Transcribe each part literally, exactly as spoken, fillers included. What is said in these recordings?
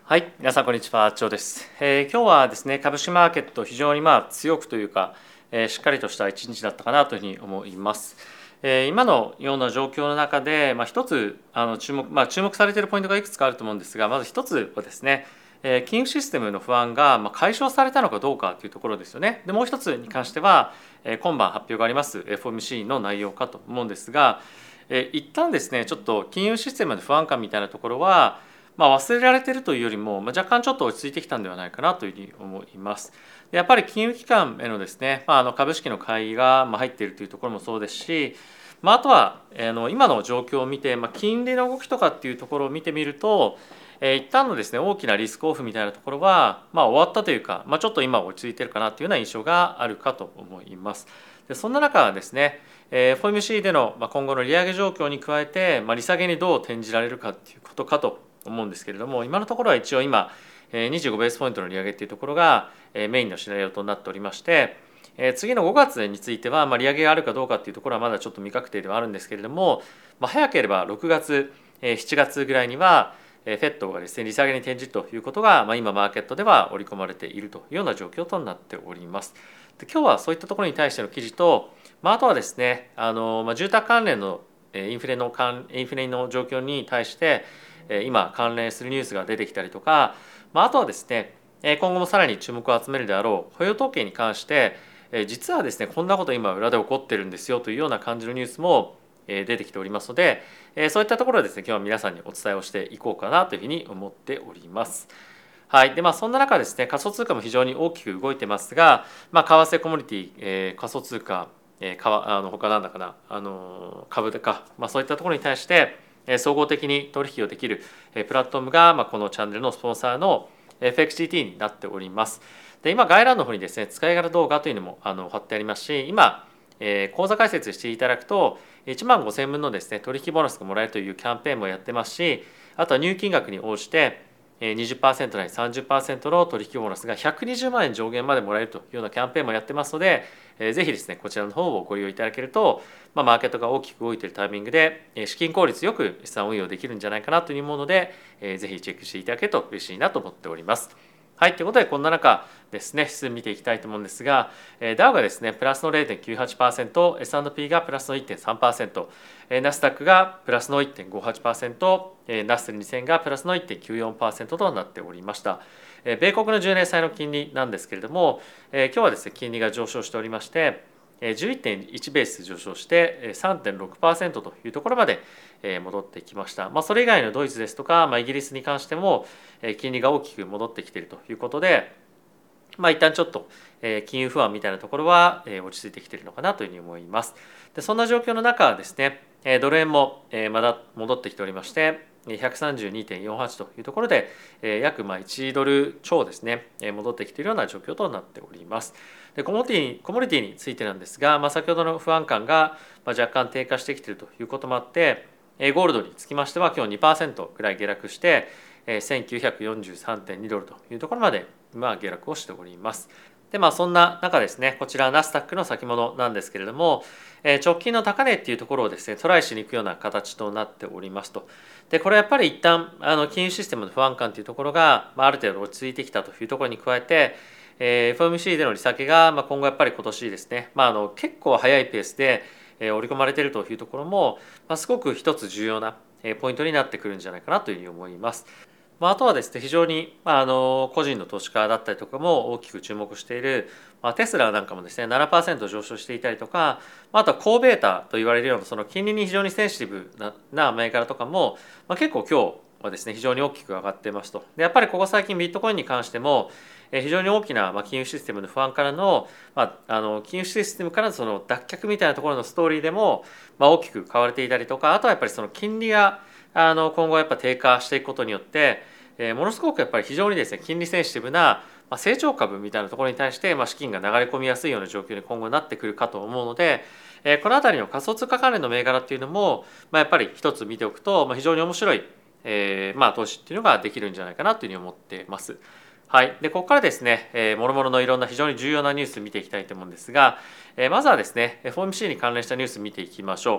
はい、皆さんこんにちは、長です。えー、今日はですね、株式マーケット非常にまあ強くというか、えー、しっかりとした一日だったかなというふうに思います。えー、今のような状況の中で、まあ、一つあの注目、まあ、注目されているポイントがいくつかあると思うんですが、まず一つはですね、えー、金融システムの不安がまあ解消されたのかどうかというところですよね。で、もう一つに関しては、えー、今晩発表があります エフオーエムシー の内容かと思うんですが、えー、一旦ですね、ちょっと金融システムの不安感みたいなところはまあ、忘れられているというよりも、まあ、若干ちょっと落ち着いてきたんではないかなというふうに思います。でやっぱり金融機関へのですね、まあ、あの株式の買いが入っているというところもそうですし、まあ、あとはあの今の状況を見て、まあ、金利の動きとかっていうところを見てみると、えー、一旦のですね大きなリスクオフみたいなところは、まあ、終わったというか、まあ、ちょっと今落ち着いているかなというような印象があるかと思います。でそんな中ですね、エフオーエムシー での今後の利上げ状況に加えて、まあ、利下げにどう転じられるかということかと思うんですけれども、今のところは一応今にじゅうごベースポイントの利上げというところがメインのシナリオとなっておりまして、次のごがつについてはまあ利上げがあるかどうかというところはまだちょっと未確定ではあるんですけれども、まあ、早ければろくがつしちがつぐらいにはフェットがですね利下げに転じるということが、まあ、今マーケットでは織り込まれているというような状況となっております。で今日はそういったところに対しての記事と、まあ、あとはですねあの、まあ、住宅関連のインフレのインフレの状況に対して今関連するニュースが出てきたりとか、まあ、あとはですね今後もさらに注目を集めるであろう雇用統計に関して実はですねこんなこと今裏で起こってるんですよというような感じのニュースも出てきておりますので、そういったところをですね今日は皆さんにお伝えをしていこうかなというふうに思っております。はい。でまあそんな中ですね仮想通貨も非常に大きく動いてますが、まあ、為替コモディティ、えー、仮想通貨、えー、かあの他なんだかなあの株か、まあ、そういったところに対して総合的に取引をできるプラットフォームが、まあ、このチャンネルのスポンサーの エフエックスジーティー になっております。で今概要欄の方にですね使い方動画というのもあの貼ってありますし、今、えー、口座開設していただくといちまんごせんぶんのですね取引ボーナスがもらえるというキャンペーンもやってますし、あとは入金額に応じてにじゅっパーセントない さんじゅっパーセント の取引ボーナスがひゃくにじゅうまんえん上限までもらえるというようなキャンペーンもやってますので、ぜひですねこちらの方をご利用いただけると、まあ、マーケットが大きく動いているタイミングで資金効率よく資産運用できるんじゃないかなというもので、ぜひチェックしていただけると嬉しいなと思っております。はい、ということでこんな中ですね指数見ていきたいと思うんですが、ダウがですねプラスの れいてんきゅうはちパーセント、 エスアンドピー がプラスの いってんさんパーセント、 ナスダックがプラスの いってんごはちパーセント、ナスにせんがプラスの いってんきゅうよんパーセント となっておりました。米国のじゅうねん債の金利なんですけれども、今日はですね金利が上昇しておりまして、じゅういってんいちベース上昇して さんてんろくパーセント というところまで戻ってきました。まあ、それ以外のドイツですとか、まあ、イギリスに関しても金利が大きく戻ってきているということで、まあ、一旦ちょっと金融不安みたいなところは落ち着いてきているのかなというふうに思います。でそんな状況の中ですねドル円もまだ戻ってきておりまして、ひゃくさんじゅうにてんよんはち というところで約いちドル超ですね戻ってきているような状況となっております。でコモディコモディティについてなんですが、まあ、先ほどの不安感が若干低下してきているということもあって、ゴールドにつきましては今日 にパーセント ぐらい下落してせんきゅうひゃくよんじゅうさんてんにドルというところまで今下落をしております。でまあそんな中ですねこちらナスダックの先物なんですけれども、直近の高値っていうところをですねトライしに行くような形となっておりますと。でこれやっぱり一旦あの金融システムの不安感というところが、まあ、ある程度落ち着いてきたというところに加えて、エフオーエムシー での利下げが、まあ、今後やっぱり今年ですね、まあ、あの結構早いペースで織り込まれているというところも、まあ、すごく一つ重要なポイントになってくるんじゃないかなというふうに思います。まあ、あとはですね非常に、まあ、あの個人の投資家だったりとかも大きく注目している、まあ、テスラなんかもですね ななパーセント 上昇していたりとか、あとは高ベータと言われるようなその金利に非常にセンシティブなな銘柄とかも、まあ、結構今日はですね非常に大きく上がっていますと。でやっぱりここ最近ビットコインに関しても非常に大きな金融システムの不安からの、まあ、あの金融システムからのその脱却みたいなところのストーリーでも、まあ、大きく買われていたりとか、あとはやっぱりその金利があの今後やっぱ低下していくことによって、えー、ものすごくやっぱり非常にですね金利センシティブな、まあ、成長株みたいなところに対して、まあ、資金が流れ込みやすいような状況に今後なってくるかと思うので、えー、この辺りの仮想通貨関連の銘柄っていうのも、まあ、やっぱり一つ見ておくと、まあ、非常に面白い、えーまあ、投資っていうのができるんじゃないかなというふうに思っています。はい、でここからですね、えー、もろもろのいろんな非常に重要なニュース見ていきたいと思うんですが、えー、まずはですね エフオーエムシー に関連したニュース見ていきましょう。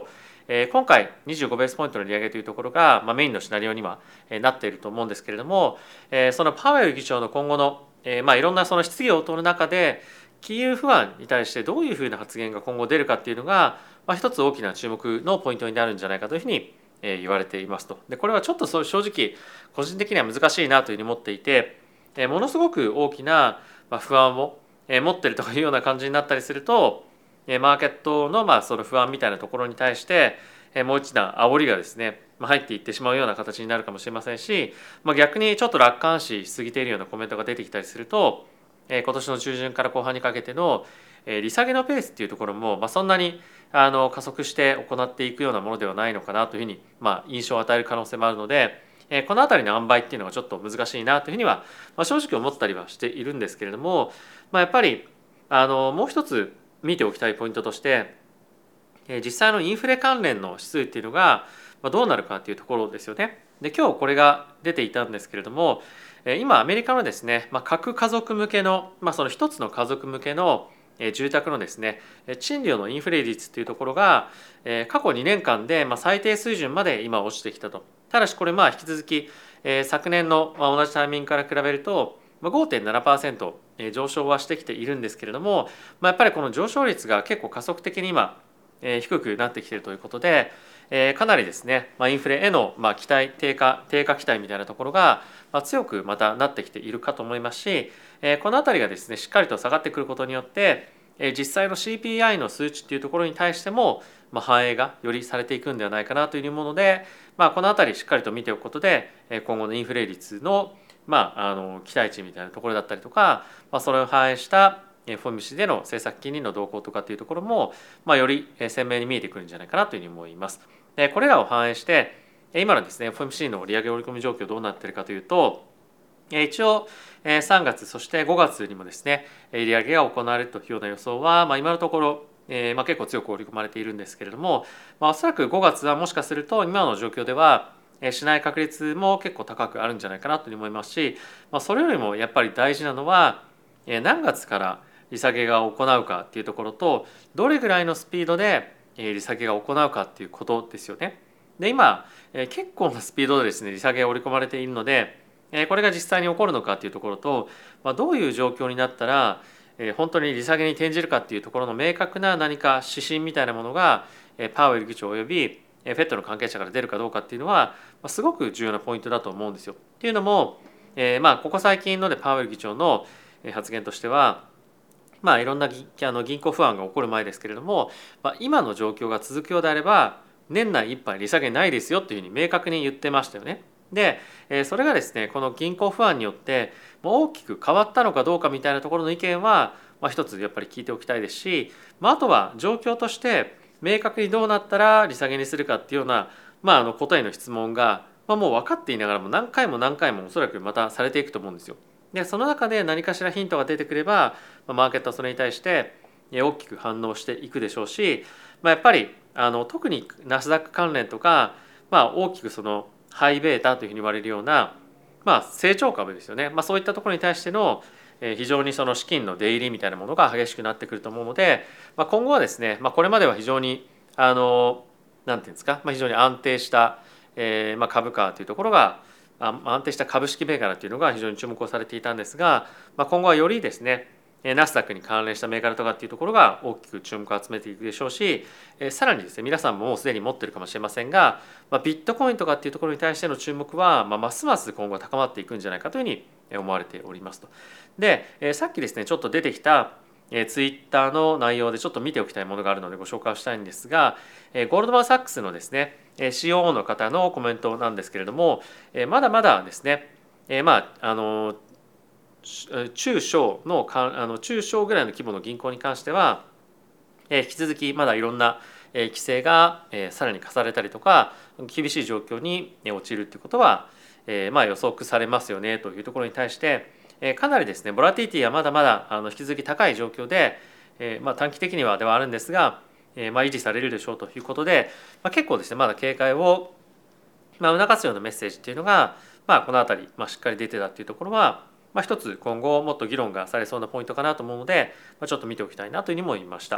えー、今回にじゅうごベースポイントの利上げというところが、まあ、メインのシナリオにはなっていると思うんですけれども、えー、そのパウエル議長の今後の、えーまあ、いろんなその質疑応答の中で金融不安に対してどういうふうな発言が今後出るかっていうのが、まあ、一つ大きな注目のポイントになるんじゃないかというふうに言われていますと。でこれはちょっと正直個人的には難しいなというふうに思っていて、ものすごく大きな不安を持っているというような感じになったりすると、マーケットのまあその不安みたいなところに対してもう一段煽りがですね入っていってしまうような形になるかもしれませんし、まあ、逆にちょっと楽観視しすぎているようなコメントが出てきたりすると、今年の中旬から後半にかけての利下げのペースっていうところも、まあ、そんなにあの加速して行っていくようなものではないのかなというふうに、まあ、印象を与える可能性もあるので、この辺りの塩梅っていうのがちょっと難しいなというふうには、まあ、正直思ったりはしているんですけれども、まあ、やっぱりあのもう一つ見ておきたいポイントとして、実際のインフレ関連の指数っていうのがどうなるかっていうところですよね。で今日これが出ていたんですけれども、今アメリカのですね、まあ、各家族向けの、まあ、その一つの家族向けの住宅のですね賃料のインフレ率というところが過去にねんかんで最低水準まで今落ちてきたと。ただしこれまあ引き続き昨年の同じタイミングから比べると ごてんななパーセント 上昇はしてきているんですけれども、まあ、やっぱりこの上昇率が結構加速的に今低くなってきているということで、かなりですねインフレへの期待低下低下期待みたいなところが強くまたなってきているかと思いますし、この辺りがですねしっかりと下がってくることによって実際の シーピーアイ の数値っていうところに対しても反映がよりされていくんではないかなというもので、まあ、この辺りしっかりと見ておくことで今後のインフレ率のまああの期待値みたいなところだったりとか、まあ、それを反映したエフオーエムシー での政策金利の動向とかっていうところも、まあ、より鮮明に見えてくるんじゃないかなというふうに思います。これらを反映して今のですね エフオーエムシー の利上げ織り込み状況どうなっているかというと、一応さんがつそしてごがつにもですね利上げが行われるというような予想は、まあ、今のところえーまあ、結構強く織り込まれているんですけれども、まあ、おそらくごがつはもしかすると今の状況ではしない確率も結構高くあるんじゃないかなと思いますし、まあ、それよりもやっぱり大事なのは何月から利下げが行うかっていうところと、どれぐらいのスピードで利下げが行うかっていうことですよね。で今結構なスピードでですね利下げが織り込まれているので、これが実際に起こるのかっていうところと、まあ、どういう状況になったら本当に利下げに転じるかっていうところの明確な何か指針みたいなものがパウエル議長および フェット の関係者から出るかどうかっていうのはすごく重要なポイントだと思うんですよ。っていうのも、えー、まあここ最近のでパウエル議長の発言としては、まあいろんなあの銀行不安が起こる前ですけれども、まあ、今の状況が続くようであれば年内いっぱい利下げないですよっていうふうに明確に言ってましたよね。でそれがですねこの銀行不安によって大きく変わったのかどうかみたいなところの意見は、まあ、一つやっぱり聞いておきたいですし、まあ、あとは状況として明確にどうなったら利下げにするかっていうような、まあ、あの答えの質問が、まあ、もう分かっていながらも何回も何回もおそらくまたされていくと思うんですよ。でその中で何かしらヒントが出てくれば、まあ、マーケットはそれに対して大きく反応していくでしょうし、まあ、やっぱりあの特にナスダック関連とか、まあ、大きくそのハイベータというふうに言われるような、まあ、成長株ですよね、まあ、そういったところに対しての非常にその資金の出入りみたいなものが激しくなってくると思うので、まあ、今後はですね、まあ、これまでは非常にあのなんていうんですか、まあ、非常に安定した、えーまあ、株価というところが安定した株式銘柄というのが非常に注目をされていたんですが、まあ、今後はよりですねナスダックに関連した銘柄とかっていうところが大きく注目を集めていくでしょうし、さらにですね皆さんももうすでに持っているかもしれませんが、まあ、ビットコインとかっていうところに対しての注目は、まあ、ますます今後高まっていくんじゃないかというふうに思われておりますと。でさっきですねちょっと出てきたツイッターの内容でちょっと見ておきたいものがあるのでご紹介をしたいんですが、ゴールドマン・サックスのですね シーオーオー の方のコメントなんですけれども、まだまだですねまああの中小のあの中小ぐらいの規模の銀行に関しては引き続きまだいろんな規制がさらに課されたりとか厳しい状況に陥るということはまあ予測されますよねというところに対してかなりですねボラティティはまだまだあの引き続き高い状況で、まあ、短期的にはではあるんですが、まあ、維持されるでしょうということで、まあ、結構ですねまだ警戒を、まあ、促すようなメッセージっていうのが、まあ、この辺り、まあ、しっかり出てたっていうところは、まあ、一つ今後もっと議論がされそうなポイントかなと思うので、まあ、ちょっと見ておきたいなというふうにも言いました。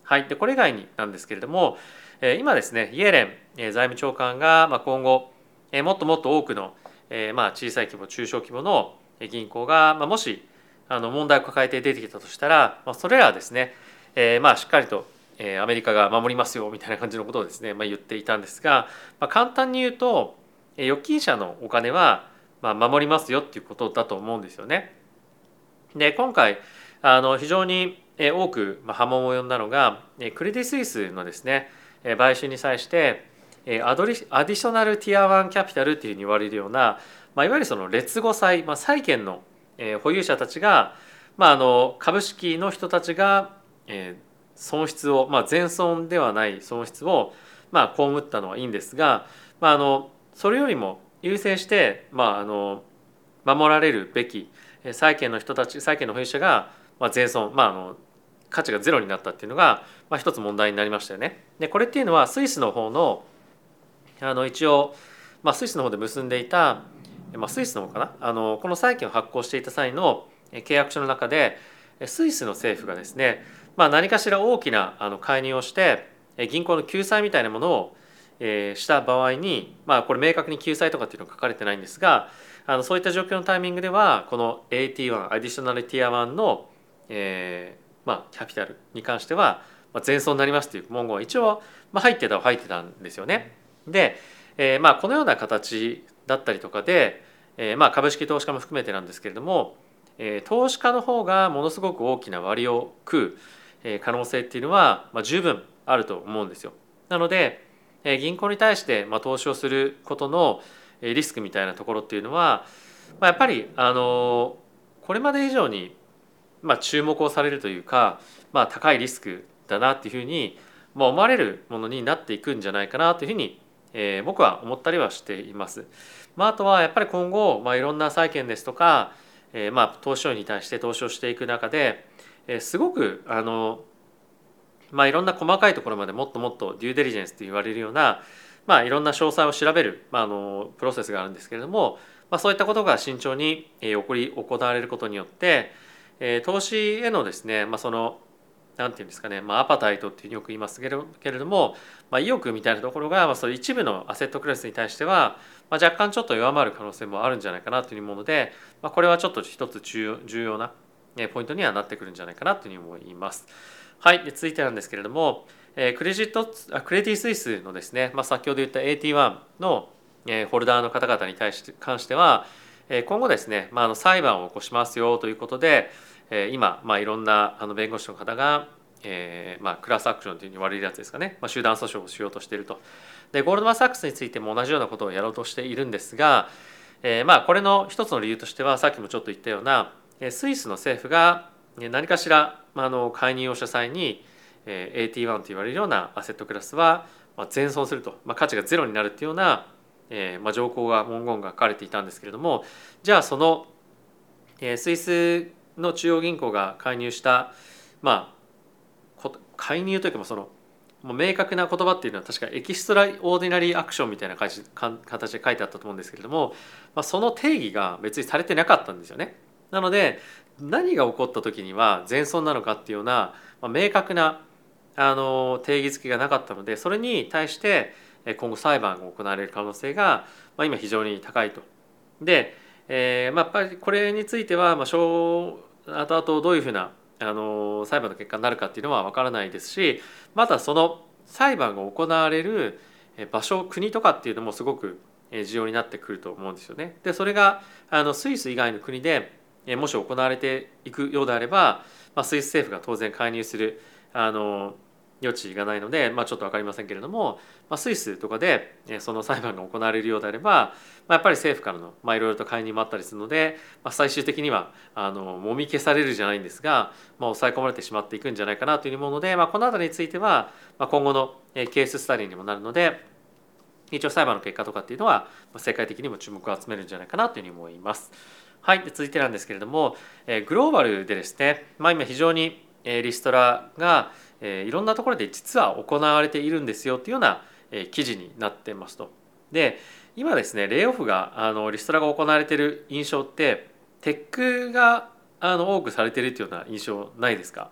はい、でこれ以外になんですけれども、えー今ですねイエレンえー財務長官が、まあ、今後、えーもっともっと多くの、えーまあ、小さい規模中小規模の銀行が、まあ、もしあの問題を抱えて出てきたとしたら、まあ、それらはですね、えーまあ、しっかりとえーアメリカが守りますよみたいな感じのことをですね、まあ、言っていたんですが、まあ、簡単に言うとえー預金者のお金はまあ守りますよっていうことだと思うんですよね。で今回あの非常にえー多くまあ波紋を呼んだのがえークレディ・スイスのですねえー買収に際してえーアドリアディショナルティアワンキャピタルっていうふうに言われるような、まあ、いわゆるその劣後債、まあ、債権のえー保有者たちが、まあ、あの株式の人たちがえー損失を、まあ、全損ではない損失を、まあ、被ったのはいいんですが、まあ、あのそれよりも優先して、まあ、あの守られるべき債権の人たち債権の保有者が、まあ、全損、まあ、あの価値がゼロになったっていうのが、まあ、一つ問題になりましたよね。でこれっていうのはスイスの方のあの一応、まあ、スイスの方で結んでいた、まあ、スイスの方かなあのこの債券を発行していた際の契約書の中でスイスの政府がですね、まあ、何かしら大きなあの介入をして銀行の救済みたいなものをえーした場合に、まあ、これ明確に救済とかっていうのは書かれてないんですが、あのそういった状況のタイミングではこの エーティーワン アディショナルティアワンの、えーまあ、キャピタルに関しては、まあ、全損になりますという文言は一応、まあ、入ってたは入ってたんですよね。で、えーまあ、このような形だったりとかで、えーまあ、株式投資家も含めてなんですけれども、えー投資家の方がものすごく大きな割を食うえー可能性っていうのは、まあ、十分あると思うんですよ。なのでえー銀行に対してまあ投資をすることのえーリスクみたいなところっていうのは、まあ、やっぱりあのこれまで以上にまあ注目をされるというか、まあ、高いリスクだなっていうふうにまあ思われるものになっていくんじゃないかなというふうにえー僕は思ったりはしています。まあ、あとはやっぱり今後、まあ、いろんな債券ですとか、えーまあ投資商品に対して投資をしていく中で、えーすごくあのまあ、いろんな細かいところまでもっともっとデューデリジェンスと言われるような、まあ、いろんな詳細を調べる、まあ、あのプロセスがあるんですけれども、まあ、そういったことが慎重に起こり行われることによって、えー投資へのですね、まあ、そのなんていうんですかね、まあ、アパタイトっていうふうによく言いますけれけれども、まあ、意欲みたいなところが、まあ、そういう一部のアセットクラスに対しては、まあ、若干ちょっと弱まる可能性もあるんじゃないかなというもので、まあ、これはちょっと一つ重要重要なポイントにはなってくるんじゃないかなというふうに思います。はい、で続いてなんですけれども、えークレジットあクレディ・スイスのですね、まあ、先ほど言った エーティーワン の、えーホルダーの方々に対して関しては、えー今後ですね、まあ、あの裁判を起こしますよということで、えー今、まあ、いろんなあの弁護士の方が、えーまあ、クラスアクションというふうに言われるやつですかね、まあ、集団訴訟をしようとしていると。でゴールドマン・サックスについても同じようなことをやろうとしているんですが、えーまあこれの一つの理由としてはさっきもちょっと言ったようなスイスの政府が何かしらあの介入をした際に エーティーワン と言われるようなアセットクラスは全損すると、まあ、価値がゼロになるっていうような、えーまあ、条項が文言が書かれていたんですけれども、じゃあそのスイスの中央銀行が介入したまあ介入というかそのもう明確な言葉っていうのは確かエキストラオーディナリーアクションみたいな形で書いてあったと思うんですけれども、まあ、その定義が別にされてなかったんですよね。なので何が起こった時には全損なのかっていうような、まあ、明確なあの定義付けがなかったので、それに対して今後裁判が行われる可能性が、まあ、今非常に高いと。で、えーまあ、やっぱりこれについては、まあ、後々どういうふうなあの裁判の結果になるかっていうのは分からないですし、またその裁判が行われる場所国とかっていうのもすごく重要になってくると思うんですよね。でそれがあのスイス以外の国でもし行われていくようであれば、まあ、スイス政府が当然介入するあの余地がないので、まあ、ちょっと分かりませんけれども、まあ、スイスとかでその裁判が行われるようであれば、まあ、やっぱり政府からのいろいろと介入もあったりするので、まあ、最終的にはあのもみ消されるじゃないんですが、まあ、抑え込まれてしまっていくんじゃないかなというもので、まあ、この辺りについては、まあ、今後のケーススタディにもなるので、一応裁判の結果とかっていうのは世界的にも注目を集めるんじゃないかなというふうに思います。はい、で続いてなんですけれども、グローバルでですね、まあ、今非常にリストラがいろんなところで実は行われているんですよというような記事になってますと。で今ですね、レイオフがあのリストラが行われている印象ってテックがあの多くされているというような印象ないですか？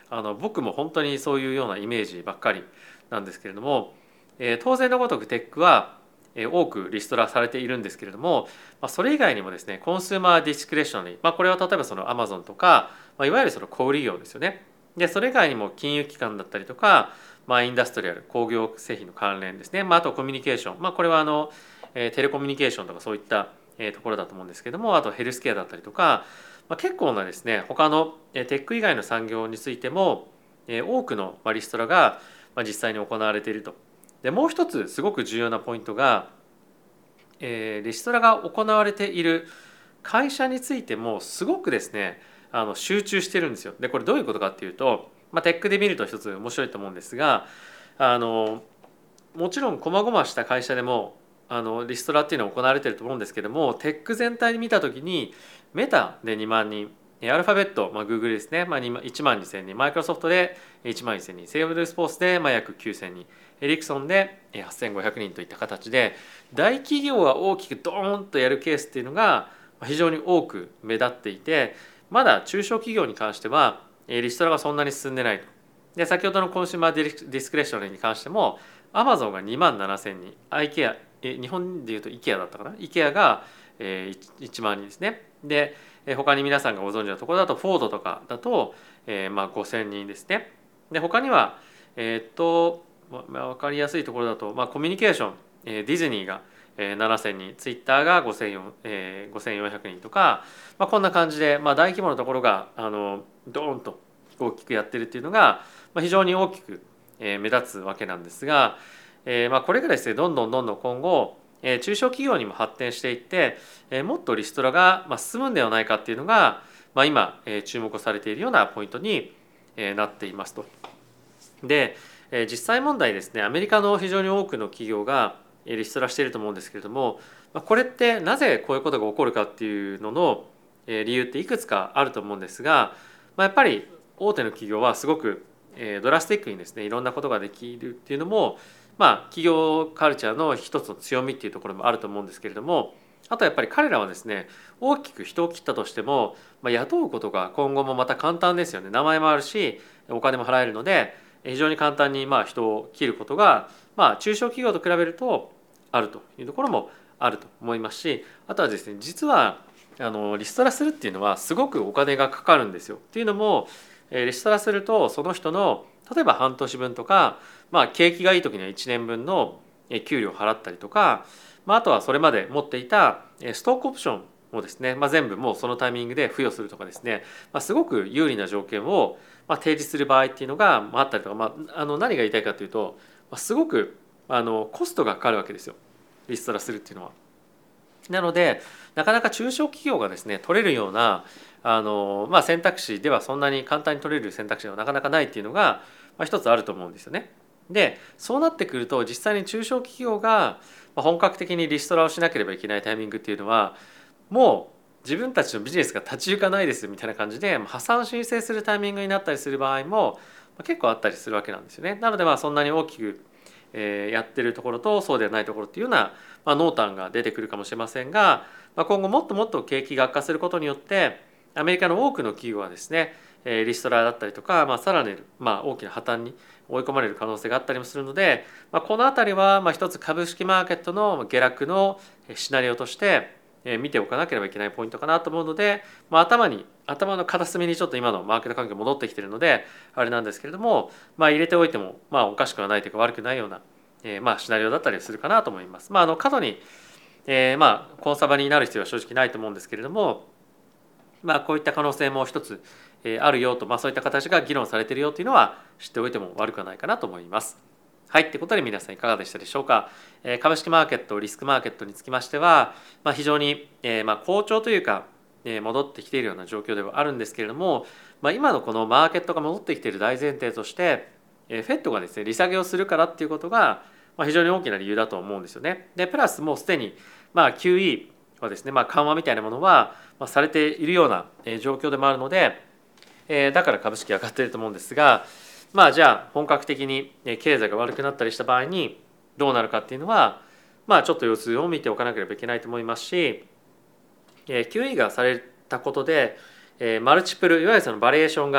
あの僕も本当にそういうようなイメージばっかりなんですけれども、えー、当然のごとくテックは多くリストラされているんですけれども、まあ、それ以外にもですねコンスーマーディスクレッショナリー、まあ、これは例えばそのアマゾンとか、まあ、いわゆるその小売業ですよね。でそれ以外にも金融機関だったりとか、まあ、インダストリアル工業製品の関連ですね、まあ、あとコミュニケーション、まあ、これはあのテレコミュニケーションとかそういったところだと思うんですけども、あとヘルスケアだったりとか、まあ、結構なですね他のテック以外の産業についても多くのリストラが実際に行われていると。でもう一つすごく重要なポイントが、えー、リストラが行われている会社についてもすごくですねあの集中してるんですよ。でこれどういうことかっていうと、まあ、テックで見ると一つ面白いと思うんですが、あのもちろん細々した会社でもあのリストラっていうのは行われていると思うんですけども、テック全体に見た時にメタでにまんにん、アルファベット、まあ、Google ですね、まあ、いちまんにせんにん、マイクロソフトでいちまんせんにん、セールスフォースでまあ約きゅうせんにん、エリクソンではっせんごひゃくにんといった形で大企業が大きくドーンとやるケースっていうのが非常に多く目立っていて、まだ中小企業に関してはリストラがそんなに進んでないと。で先ほどのコンシューマーディスクレッショナルに関してもアマゾンがにまんななせんにん、アイケア、日本でいうと IKEA だったかな、 IKEA がいちまんにんですね。で他に皆さんがご存知のところだとフォードとかだと、えー、まあごせんにんですね。で他にはえー、っと、まあ、分かりやすいところだと、まあ、コミュニケーション、えー、ディズニーがななせんにん、ツイッターがごせんよんひゃくにんとか、まあ、こんな感じで、まあ、大規模なところがあのドーンと大きくやってるっていうのが、まあ、非常に大きく目立つわけなんですが、えーまあ、これがですねどんどんどんどん今後中小企業にも発展していってもっとリストラが進むんではないかっていうのが、まあ、今注目されているようなポイントになっていますと。で実際問題ですね、アメリカの非常に多くの企業がリストラしていると思うんですけれども、これってなぜこういうことが起こるかっていうのの理由っていくつかあると思うんですが、やっぱり大手の企業はすごくドラスティックにですねいろんなことができるっていうのも、まあ企業カルチャーの一つの強みっていうところもあると思うんですけれども、あとやっぱり彼らはですね大きく人を切ったとしても、まあ、雇うことが今後もまた簡単ですよね。名前もあるしお金も払えるので非常に簡単にまあ人を切ることが、まあ、中小企業と比べるとあるというところもあると思いますし、あとはですね実はあのリストラするっていうのはすごくお金がかかるんですよ。っていうのもリストラするとその人の例えば半年分とか、まあ、景気がいい時にはいちねんぶんの給料を払ったりとか、まあ、あとはそれまで持っていたストックオプションをですね、まあ、全部もうそのタイミングで付与するとかですね、まあ、すごく有利な条件をまあ提示する場合っていうのがあったりとか、まあ、あの何が言いたいかというと、まあ、すごくあのコストがかかるわけですよ、リストラするっていうのは。なのでなかなか中小企業がですね取れるようなあの、まあ、選択肢ではそんなに簡単に取れる選択肢はなかなかないっていうのが、まあ、一つあると思うんですよね。でそうなってくると実際に中小企業が本格的にリストラをしなければいけないタイミングっていうのはもう自分たちのビジネスが立ち行かないですみたいな感じで破産申請するタイミングになったりする場合も結構あったりするわけなんですよね。なのでまあそんなに大きくやってるところとそうではないところっていうような、まあ、濃淡が出てくるかもしれませんが、まあ、今後もっともっと景気が悪化することによってアメリカの多くの企業はですねリストラだったりとか、まあ、さらなる、まあ、大きな破綻に追い込まれる可能性があったりもするので、まあ、この辺りはまあ一つ株式マーケットの下落のシナリオとして見ておかなければいけないポイントかなと思うので、まあ、頭に頭の片隅にちょっと今のマーケット環境戻ってきているのであれなんですけれども、まあ、入れておいてもまあおかしくはないというか悪くないような、えー、まあシナリオだったりするかなと思います。まあ、あの過度に、えー、まあコンサバになる必要は正直ないと思うんですけれども、まあ、こういった可能性も一つあるよと、まあ、そういった形が議論されているよというのは知っておいても悪くはないかなと思います。はい、ということで皆さんいかがでしたでしょうか。株式マーケット、リスクマーケットにつきましては、まあ、非常に、えー、まあ好調というか、えー、戻ってきているような状況ではあるんですけれども、まあ、今のこのマーケットが戻ってきている大前提として、えー、フェットがですね利下げをするからっていうことが、まあ、非常に大きな理由だと思うんですよね。でプラスもうすでに、まあ、キューイー はですね、まあ、緩和みたいなものは、まあ、されているような状況でもあるので、えー、だから株式上がっていると思うんですが、まあじゃあ本格的に経済が悪くなったりした場合にどうなるかっていうのは、まあちょっと様子を見ておかなければいけないと思いますし、キューイー がされたことでマルチプル、いわゆるそのバリエーションが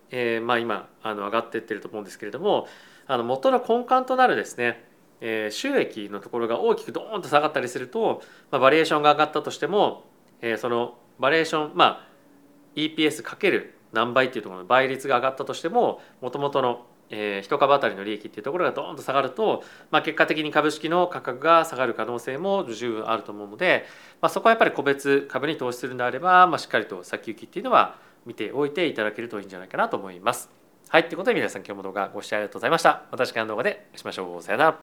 えーまあ、今あの上がっていってると思うんですけれども、あの元の根幹となるですね、えー収益のところが大きくドーンと下がったりすると、まあ、バリエーションが上がったとしても、えーそのバリエーション、まあ、イーピーエス かける何倍っていうところの倍率が上がったとしても、もともとのえー、一株当たりの利益っていうところがドーンと下がると、まあ、結果的に株式の価格が下がる可能性も十分あると思うので、まあ、そこはやっぱり個別株に投資するのであれば、まあ、しっかりと先行きっていうのは見ておいていただけるといいんじゃないかなと思います。はい、ということで皆さん今日も動画ご視聴ありがとうございました。また次回の動画でお会いしましょう。さよなら。